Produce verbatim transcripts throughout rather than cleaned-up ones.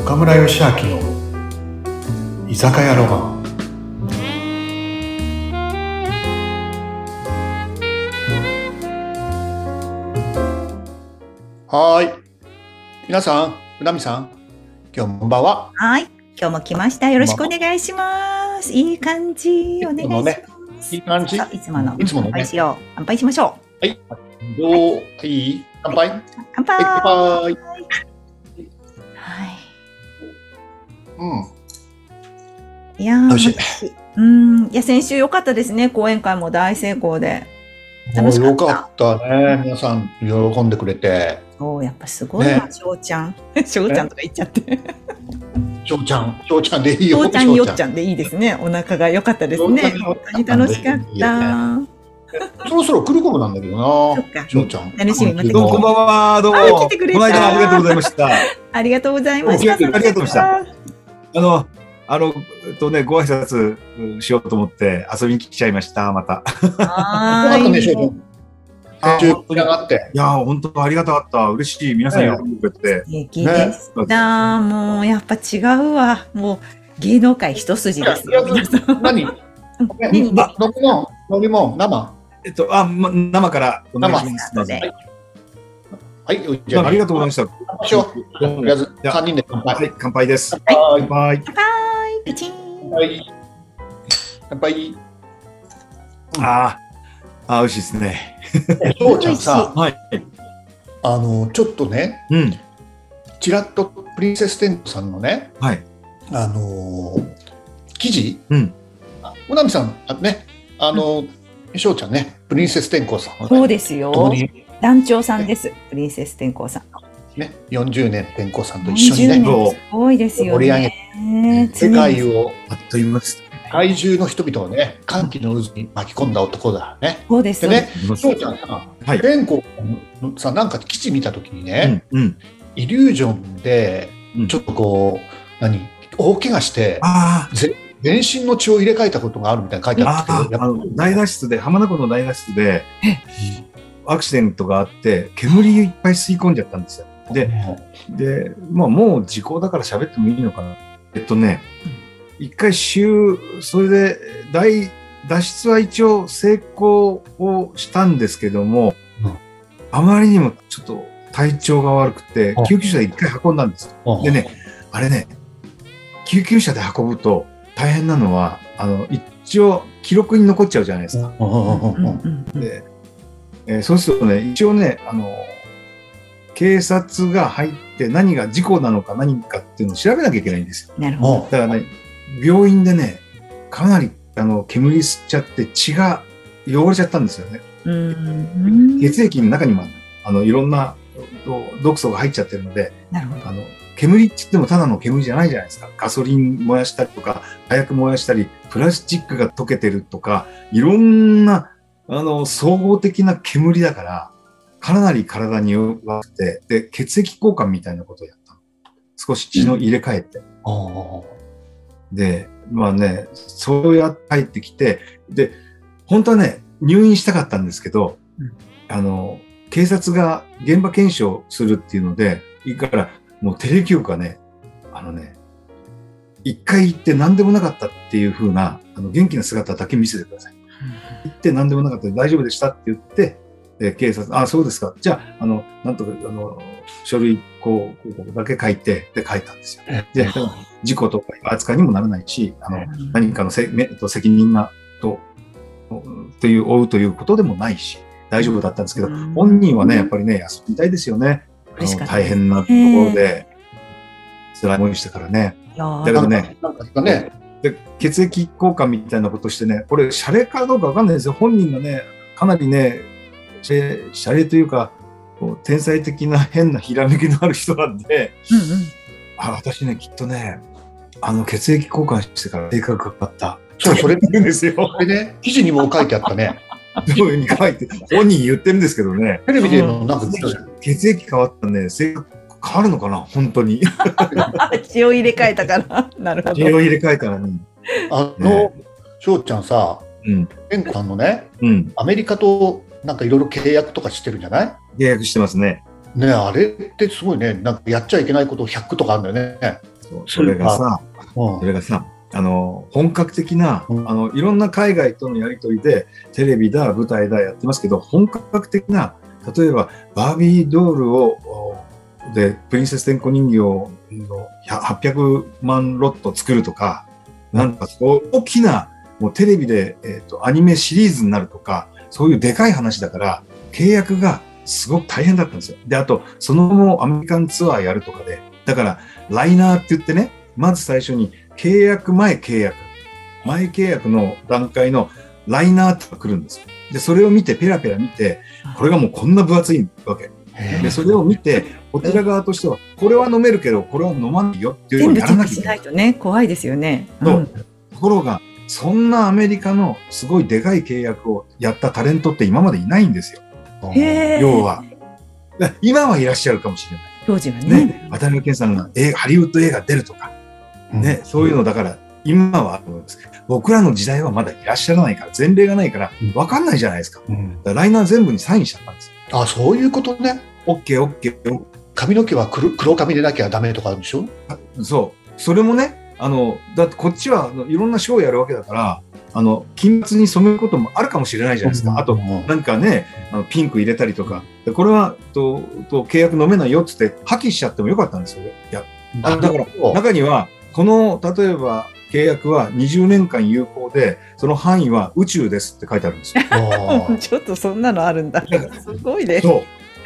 中村義明の居酒屋ロマン。はい、皆さん、うなみさん、今日もこんばんは。 はい、今日も来ました。よろしくお願いします。いい感じ、お願いします。 ね、いい感じ。 いつものいつものね、 乾杯しよう。乾杯しましょう。はい、どう、いい乾杯、はい、 乾杯。 乾杯。 はい。 うん。 いやー、 美味しい。 うん、いや、先週良かったですね。講演会も大成功で。楽しかった。 よかったね。皆さん喜んでくれて。 そう、やっぱすごいな、しょうちゃん。しょうちゃんとか言っちゃって。 しょうちゃん、しょうちゃんでいいよ。 しょうちゃん、よっちゃんでいいですね。お腹が良かったですね。本当に楽しかった。 そろそろ来る頃なんだけどな。 そっか。 しょうちゃん。 楽しみ。またどうもこんばんは。どうも。 来てくれた。 この間ありがとうございました。 ありがとうございました。 ありがとうございました。あの、あの、えっとね、ご挨拶しようと思って遊びに来ちゃいました。また。 ああ、いいね。 あ、本当にあって。 いや、本当ありがたかった。嬉しい。皆さん喜んでくれて。 素敵でした。もうやっぱ違うわ。もう芸能界一筋ですよ。皆さん。 何？何？飲み物、飲み物、生。 えっと、あ、ま、生からお願いします。 はい、 じゃあ、ありがとうございました。 とりあえず三人で乾杯。 はい、乾杯です。 乾杯。 乾杯。ピチン。 乾杯。 ああ、美味しいですね。 しょうちゃんさ、 はい。 あのちょっとね、 うん、 ちらっとプリンセス天子さんのね、 はい、 あの記事、 うん、 うなみさんね、あのしょうちゃんね、プリンセス天子さん、 そうですよ。団長さんです。プリンセス天子さん。 ね、よんじゅうねん天子さんと一緒にね、 すごいですよね。 盛り上げて世界をあっという間です。 世界中の人々をね、歓喜の渦に巻き込んだ男だね。 そうです。 でね、しょうちゃんさ、 はい、 天子さ、なんか記事見たときにね、 うんうん、 イリュージョンでちょっとこう、何、大怪我して、 あ全身の血を入れ替えたことがあるみたいな書いてあったけど、 あの大脱出で、浜名湖の大脱出でアクシデントがあって、煙いっぱい吸い込んじゃったんですよ。で、で、まあ、もう時効だから喋ってもいいのかな。えっとね、一回週、それで大脱出は一応成功をしたんですけども、うん、あまりにもちょっと体調が悪くて、救急車で一回運んだんですよ。でね、あれね、救急車で運ぶと大変なのは、あの、一応記録に残っちゃうじゃないですか。で、えー、そうするとね、一応ね、あの、警察が入って何が事故なのか何かっていうのを調べなきゃいけないんですよ。 なるほど。 だからね、病院でね、かなりあの煙吸っちゃって血が汚れちゃったんですよね。 うん血液の中にもあのいろんな毒素が入っちゃってるので、 なるほど。 あの煙って言ってもただの煙じゃないじゃないですか。ガソリン燃やしたりとか、火薬燃やしたり、プラスチックが溶けてるとか、いろんなあの総合的な煙だから、かなり体に悪くて、で、血液交換みたいなことをやったの。少し血の入れ替えて。 うん、 で、まあね、そうやって帰ってきて、で、本当はね、入院したかったんですけど、うん、あの、警察が現場検証するっていうので、いいから、もうテレビ局がね、あのね、一回行って何でもなかったっていう風な、あの元気な姿だけ見せてください。うん、行って何でもなかったで大丈夫でしたって言って、で警察、あ、そうですか。じゃあ、あの、なんとか、あの、書類、こう、こうだけ書いて、で、書いたんですよ。で、事故とか扱いにもならないし、あの、何かのせ責任が、と、という、負うということでもないし、大丈夫だったんですけど、本人はね、やっぱりね、休みたいですよね。あの大変なところで、辛い思いしたからね。だけどね、で血液交換みたいなことしてね、これ、シャレかどうかわかんないですよ。本人がね、かなりね、シャレというか、天才的な変なひらめきのある人なんで、うんうん、あ、私ね、きっとね、あの血液交換してから性格が変わった。 そう、それ言うんですよ。 それね、記事にも書いてあったね。 そういうふうに書いて、本人言ってるんですけどね。 テレビでのなんか血液変わったね、性格変わるのかな、本当に。 血を入れ替えたから。なるほど。 血を入れ替えたらね。 あの、しょうちゃんさ、天子さんのね、アメリカとなんかいろいろ契約とかしてるんじゃない？ 契約してますね。 ね、あれってすごいね、なんかやっちゃいけないことをひゃくとかあるんだよね。 それがさ、それがさ、あの本格的な、うん、あのいろんな海外とのやり取りでテレビだ舞台だやってますけど、本格的な例えばバービードールをでプリンセス天子人形のはっぴゃくまんロット作るとか、うん、なんか大きなもうテレビで、えーと、アニメシリーズになるとか、そういうでかい話だから契約がすごく大変だったんですよ。で、あとその後もアメリカンツアーやるとかで、だからライナーって言ってね、まず最初に契約前契約、前契約の段階のライナーって来るんですよ。で、それを見て、ペラペラ見て、これがもうこんな分厚いわけ。で、それを見て、こちら側としては、これは飲めるけど、これは飲まないよっていうのをやらなきゃいけない。全部チェックしないとね、怖いですよね。うん、ところが、そんなアメリカのすごいでかい契約をやったタレントって今までいないんですよ。要は。今はいらっしゃるかもしれない。 当時はね。 ね、渡辺謙さんがハリウッド映画出るとか、ね、うん、そういうのだから、今はあると思いますけど、僕らの時代はまだいらっしゃらないから、前例がないから、分かんないじゃないですか。うん、だからライナー全部にサインしちゃったんですよ。 あ、そういうことね。 オッケーオッケー。 髪の毛は 黒, 黒髪でなきゃダメとかあるんでしょ？ そう。それもね、あの、だってこっちはいろんなショーをやるわけだから、あの、金髪に染めることもあるかもしれないじゃないですか。うん、あと、なんかね、あのピンク入れたりとか。これは、と、と契約飲めないよって言って、破棄しちゃってもよかったんですよ。いや、だから、中には、この、例えば、契約はにじゅうねんかん有効で、その範囲は宇宙ですって書いてあるんですよ。 ちょっとそんなのあるんだ。すごいね。 そう。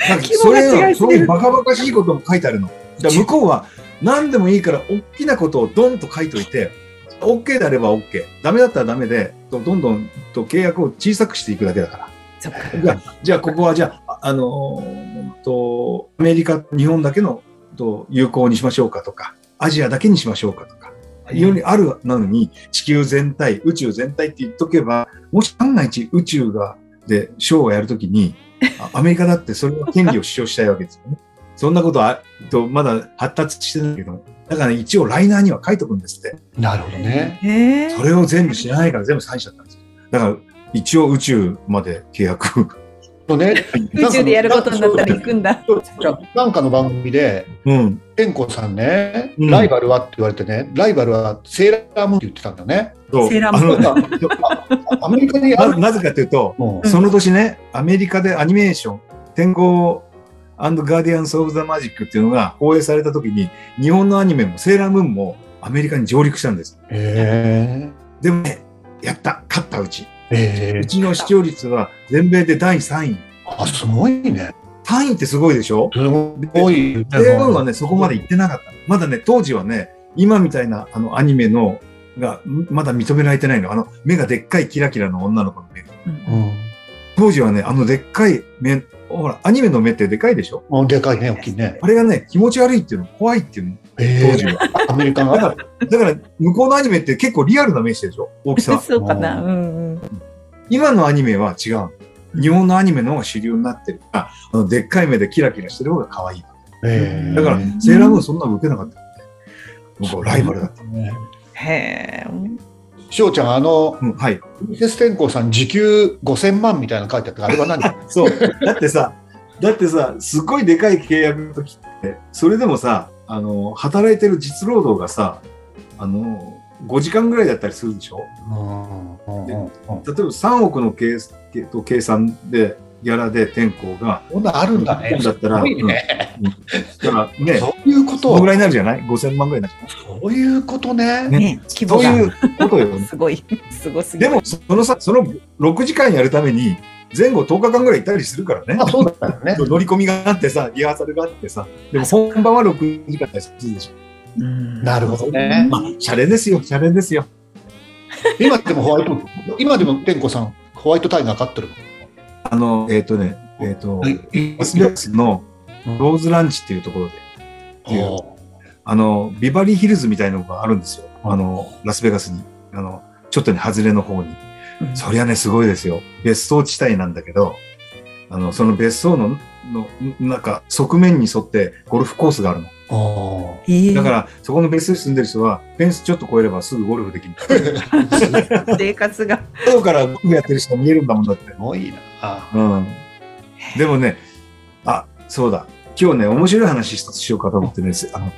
なんかそれそういうバカバカしいことも書いてあるの。じゃ向こうは何でもいいから大きなことをドンと書いといて、OK であれば OK。ダメだったらダメで、どんどんと契約を小さくしていくだけだから。じゃあ、じゃあここはじゃあ、あのー、と、アメリカ、日本だけのと有効にしましょうかとか、アジアだけにしましょうかとか。よりあるなのに地球全体、宇宙全体って言っとけば、もし万が一宇宙がでショーをやるときに、アメリカだってそれの権利を主張したいわけですよね。そんなことはとまだ発達してないけど、だから、ね、一応ライナーには書いとくんですって。 なるほどね。 それを全部知らないから全部サインしちゃったんですよ。だから一応宇宙まで契約。 ね、宇宙でやることになったら行くんだ。 なんかの番組で、うん、天子さんね、ライバルはって言われてね、ライバルはセーラームーンって言ってたんだよね。 そうセーラームーン。アメリカにある な, なぜかというと、うん、その年ね、アメリカでアニメーション、天子&ガーディアンス・オブ・ザ・マジックっていうのが放映された時に、日本のアニメもセーラームーンもアメリカに上陸したんです。 へー。 でもね、やった、勝ったうち。うちの視聴率は全米でだいさんい。 あ、すごいね。 さんいってすごいでしょ？ すごい。 セーラームーンはね、そこまで行ってなかった。まだね、当時はね、今みたいなあのアニメのがまだ認められてないの。あの目がでっかいキラキラの女の子の目が。うん、当時はね、あのでっかい目、ほら、アニメの目ってでかいでしょ？ でかいね、大きいね。 あれがね、気持ち悪いっていうの、怖いっていうの。当時は。 アメリカが。 だから、だから向こうのアニメって結構リアルな目してるでしょ？大きさ。 そうかな。うんうん、 今のアニメは違う。日本のアニメの方が主流になってるから、あのでっかい目でキラキラしてる方が可愛い。だから、セーラームーンそんなの受けなかった。僕はライバルだった。 へぇ。翔ちゃん、あの、うん、はい。プリンセス天功さん、時給ごせんまんみたいなの書いてあった。あれは何？ そう。だってさ、だってさ、すごいでかい契約の時って、それでもさ、あの、働いてる実労働がさ、あの、ごじかんぐらいだったりするでしょ？で例えばさんおくの計計算でギャラで天功がそんなあるんだね。 だったら、 すごいね。 うん、だからね、 そういうこと。 そのぐらいになるじゃない？ごせんまんぐらいになる。 そういうことね。 ね、 そういうことよ。 すごい、すごすぎる。 でもそのさ、そのろくじかんやるために前後とおかかんぐらい行ったりするからね。 あ、そうだよね。 乗り込みがあってさ、リハーサルがあってさ、でも本番はろくじかんやするでしょ。 うん、なるほどね。 まあ、シャレですよ、シャレですよ。 今でもホワイト、今でも天子さん、ホワイトタイガー飼ってるの？ あの、えっ、ー、とね、えっ、ー、と、ラスベガスのローズランチっていうところで、うん、あの、ビバリーヒルズみたいなのがあるんですよ。あの、ラスベガスに、あの、ちょっとね、外れの方に。うん、そりゃね、すごいですよ。別荘地帯なんだけど、あの、その別荘の、の、なんか、側面に沿ってゴルフコースがあるの。だから、そこの別荘に住んでる人は、フェンスちょっと越えればすぐゴルフできる。 生活が。 外からゴルフやってる人見えるんだもんだって。すごいな。 うん。でもね、あ、そうだ。今日ね、面白い話一つしようかと思ってね、あの、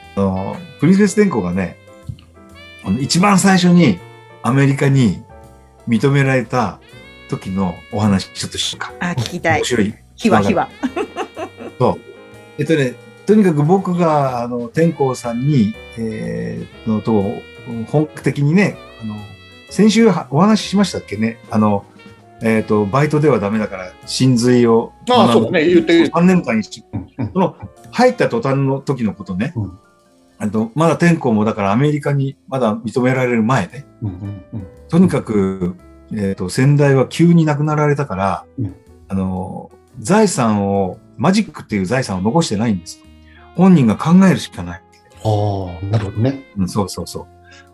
あのプリンセス天功がね、あの一番最初にアメリカに認められた時のお話ちょっとしようか。 あ、聞きたい。 面白い。 秘話秘話。 そう。えっとね、とにかく僕があの天功さんに、えー、のと本格的にね、あの先週お話ししましたっけね、あのえっ、ー、とバイトではダメだから真髄をああ、そうだね、言ってさんねんかんにし、うん、その入った途端の時のことね、うん、あとまだ天功もだからアメリカにまだ認められる前ね、うんうんうん、とにかく、えー、と先代は急に亡くなられたから、うん、あの財産をマジックっていう財産を残してないんですよ。本人が考えるしかない。 ああ、なるほどね、 うん。そうそうそう。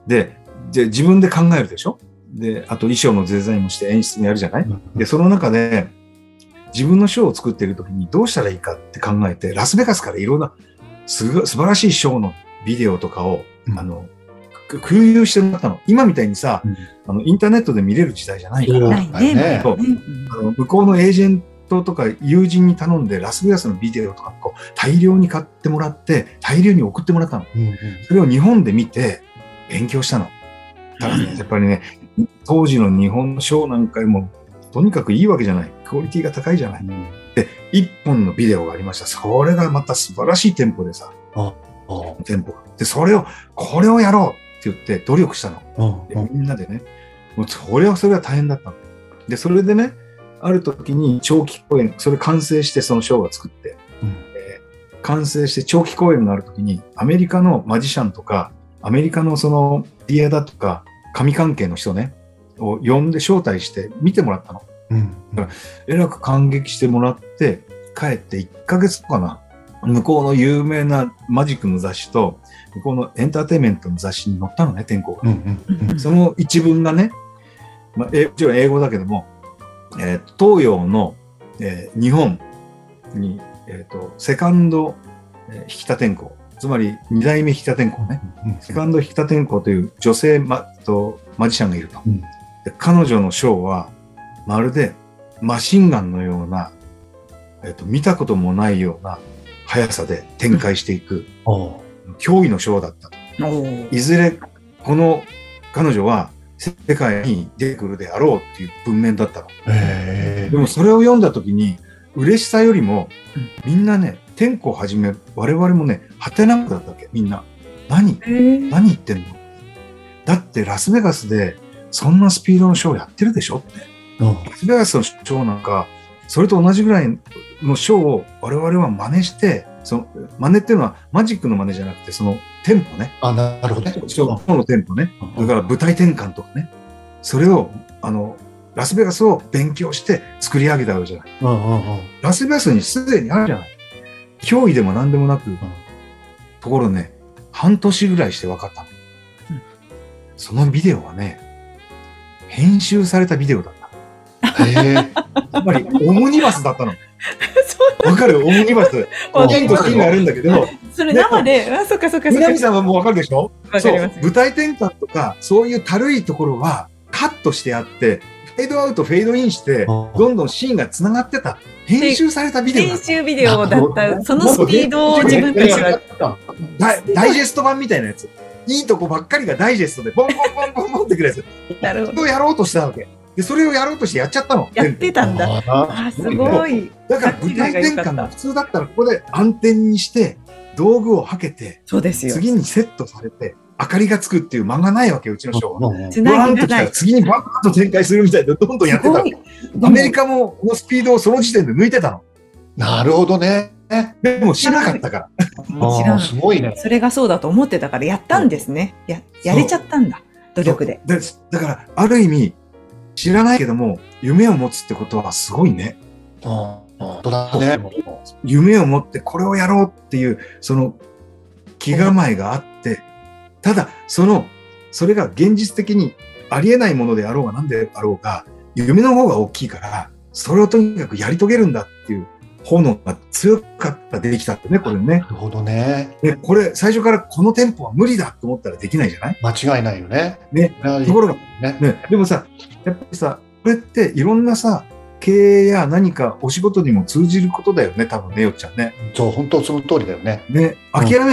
で、で自分で考えるでしょ。で、あと衣装のデザインもして演出もやるじゃない、うんうん、で、その中で自分のショーを作っているときにどうしたらいいかって考えて、ラスベガスからいろんなすご素晴らしいショーのビデオとかを、うん、あの空輸してもらったの。今みたいにさ、うん、あのインターネットで見れる時代じゃないから、 ないね、 そう、あの向こうのエージェントとか友人に頼んでラスベガスのビデオとかこう大量に買ってもらって大量に送ってもらったの、うんうん、それを日本で見て勉強したの。ただね、やっぱりね、当時の日本のショーなんかもとにかくいいわけじゃない。クオリティが高いじゃない。うん、で、一本のビデオがありました。それがまた素晴らしいテンポでさ。ああテンポが。で、それを、これをやろうって言って努力したの。でみんなでね、もうそれはそれは大変だったの。で、それでね、ある時に長期公演、それ完成してそのショーが作って、うんえー、完成して長期公演がある時に、アメリカのマジシャンとか、アメリカのそのディエダとか、神関係の人ね、を呼んで招待して見てもらったの。うんうん、だからえらく感激してもらって帰っていっかげつかな、向こうの有名なマジックの雑誌と向こうのエンターテインメントの雑誌に載ったのね、天功が、うんうんうん、その一文がね、まあ、えもちろん英語だけども、えー、東洋の、えー、日本に、えーと、セカンド、えー、引田天功、つまりに代目引田天功ね、うんうん、セカンド引田天功という女性 マ, とマジシャンがいると、うん、で彼女のショーはまるでマシンガンのような、えっと、見たこともないような速さで展開していく、うん、驚異のショーだったと。いずれこの彼女は世界に出てくるであろうっていう文面だったの。でもそれを読んだ時に嬉しさよりも、みんなね、天功はじめ我々もね、はてなくだったわけ、みんな。何何言ってんの？だってラスベガスでそんなスピードのショーやってるでしょって。ラスベガスのショーなんかそれと同じぐらいのショーを我々は真似して、その真似っていうのはマジックの真似じゃなくてそのテンポね。 あ、なるほどね。 ショーのテンポね。それから舞台転換とかね。それをあのラスベガスを勉強して作り上げたわけじゃない。うんうんうん、ラスベガスにすでにあるじゃない。脅威でも何でもなく、うん、ところね、半年ぐらいして分かったの。うん、そのビデオはね、編集されたビデオだった。へえ。やっぱりオムニバスだったの。わかる？オムニバス。剣と芯があるんだけど。 それ生で、あ、そっかそっかそっか。 南さんはもうわかるでしょ？ わかります。 舞台転換とか、そういうたるいところはカットしてあって、フェードアウト、フェードインして、どんどんシーンが繋がってた。編集されたビデオだった。 編集ビデオだった。そのスピードを自分たちが。 ダイジェスト版みたいなやつ。いいとこばっかりがダイジェストで、ボンボンボンボンボンってくるやつ。なるほど。それをやろうとしたわけ。で、それをやろうとしてやっちゃったの。 やってたんだ。あ、すごい。 だから舞台転換が普通だったらここで暗転にして道具をはけて、 そうですよ。 次にセットされて明かりがつくっていう間がないわけよ、うちのショーは。 つなぎがない。 次にバーッと展開するみたいでどんどんやってたわけ。アメリカもこのスピードをその時点で抜いてたの。 なるほどね。 でも知らなかったから。 知らない。 すごいね。 それがそうだと思ってたからやったんですね。や、やれちゃったんだ。努力で。 だからある意味、知らないけども夢を持つってことはすごいね。 ああ、ね、 夢を持ってこれをやろうっていうその気構えがあって、ただそのそれが現実的にありえないものであろうが何であろうが夢の方が大きいからそれをとにかくやり遂げるんだっていう炎が強かったできたってね、これね。なるほどね。 でこれ最初からこのテンポは無理だと思ったらできないじゃない？ 間違いないよね。 ね。ところがね、ね、でもさ、やっぱりさ、これっていろんなさ、経営や何かお仕事にも通じることだよね、多分ね、よっちゃんね。 そう、本当その通りだよね。 ね、諦め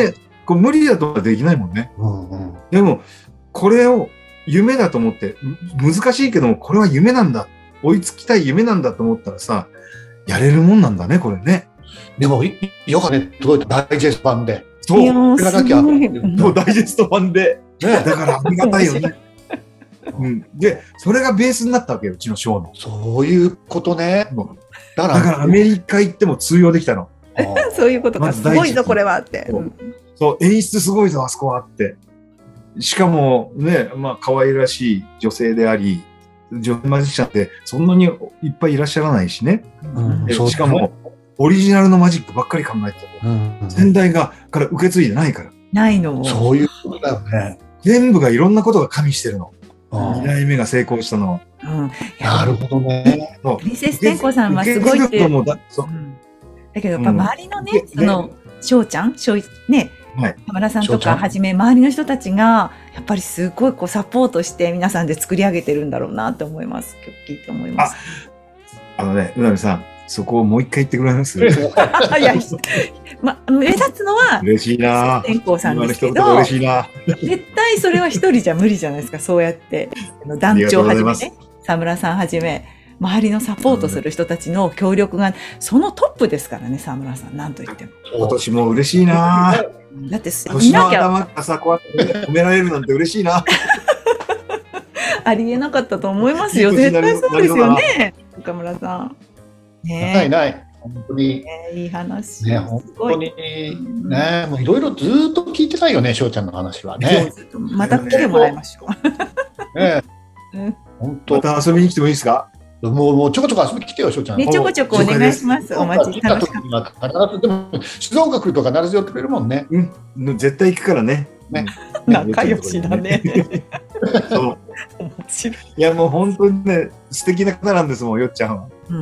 こう無理だとはできないもんね。 うんうん、 でも、これを夢だと思って、難しいけども、これは夢なんだ。追いつきたい夢なんだと思ったらさ、やれるもんなんだね、これね。 でも、よかね、届いたダイジェスト版で。 そう。 いやー、すごい。 もうダイジェスト版で。ね、だからありがたいよね。うん、で、それがベースになったわけよ、うちのショーの。 そういうことね。 だから、だからアメリカ行っても通用できたの。 そういうことか、すごいぞ、これはって。 そう、そう、演出すごいぞ、あそこはって。しかもね、まあ、可愛らしい女性であり、女性マジシャンってそんなにいっぱいいらっしゃらないしね。うん、しかも、オリジナルのマジックばっかり考えてた。うんうん、先代がから受け継いでないから。 ないの。 そういうことだよね。 全部がいろんなことが加味してるの。に代目が成功したのは。 うん、 なるほどね。 プリンセス天子さんはすごいって。だけどやっぱ周りのね、その翔ちゃん、翔ね、田村さんとかはじめ周りの人たちがやっぱりすごいこうサポートして皆さんで作り上げてるんだろうなって思います。今日聞いて思います。 あのね、うなみさん、そこをもう一回言ってくれます？いや、ま、目立つのは嬉しいな。 天功さんですけど、 嬉しいな。 絶対それは一人じゃ無理じゃないですか。そうやって団長はじめね、沢村さんはじめ周りのサポートする人たちの協力がそのトップですからね、沢村さんなんと言っても。 今年も嬉しいな。 だって年の頭からさ、こうやって褒められるなんて嬉しいな。 ありえなかったと思いますよ。絶対そうですよね、岡村さん。 ね、ないない。本当に。 ね、いい話。 ね、本当に。ね、もういろいろずっと聞いてたいよね、翔ちゃんの話はね。 また来てもらいましょう。ね、本当。 また遊びに来てもいいですか？ もう、もうちょこちょこ遊びに来てよ、翔ちゃん。 ね、ちょこちょこお願いします。お待ちしてます。必ず、でも、静岡来ると必ず寄ってくれるもんね。 うん、絶対行くからね。 ね。 仲良しだね。 そう。いや、もう本当にね、素敵な方なんですもん、よっちゃんは。うんうん。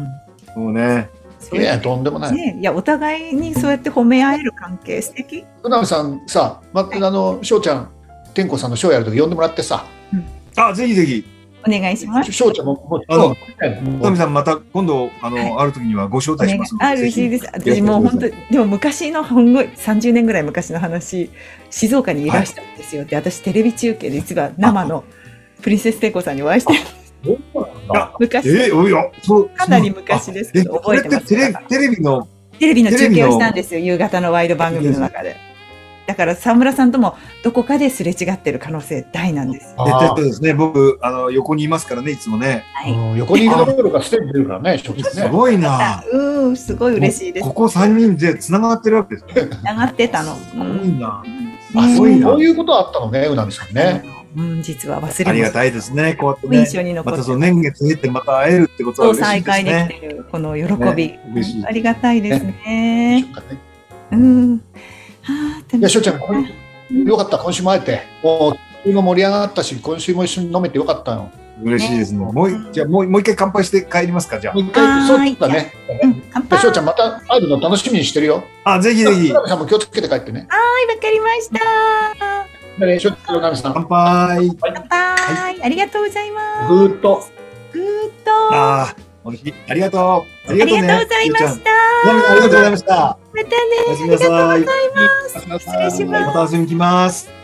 もうね。 いや、とんでもない。 ね、いや、お互いにそうやって褒め合える関係、素敵。 うなみさんさ、ま、あの、翔ちゃん、天子さんのショーやるとき呼んでもらってさ。 あ、ぜひぜひ。 お願いします。 翔ちゃんも、もう、 あの、うなみさん、また今度、あの、あるときにはご招待します。 あ、嬉しいです。私もう本当、でも昔の、ほんごい、さんじゅうねんぐらい昔の話、静岡にいらしたんですよ。で、私、テレビ中継で実は生のプリンセス天子さんにお会いしてるんです。昔、 えー、おやそうかなり昔ですけど、覚えてます。 テレテレビのテレビの中継をしたんですよ、夕方のワイド番組の中で。だから沢村さんともどこかですれ違ってる可能性大なんです。 えっとですね、僕あの横にいますからね、いつもね。 はい、横にいるところがステージ出るからね、すごいな。 うん、すごい嬉しいです。 ここ三人で繋がってるわけですね。 繋がってたの。 すごいな。 あ、そういうことあったのね、うなみさんね。 うん、実は忘れありがたいですね。こうやってね。またその年月経てまた会えるってことは嬉しいですね。 再会できてるこの喜び、ありがたいですね。うん。 いや、しょちゃん、よかった、今週も会えて、もう今週も盛り上がったし、今週も一緒に飲めてよかったよ。 嬉しいですね。もうじゃあもうもう一回乾杯して帰りますか、じゃあ。 もう一回、そうだね。しょちゃん、また会えるの楽しみにしてるよ。 あ、ぜひぜひ。 さんも気をつけて帰ってね。 はい、わかりました。 しょちゃん、なみさん。 乾杯。 乾杯。ありがとうございます。 ぐーっと。 ぐーっと。 ああ、おいしい。ありがとう。 ありがとうございました。 ありがとうございました。 またね。 おやすみなさい。 ありがとうございます。失礼します。 また遊びに来ます。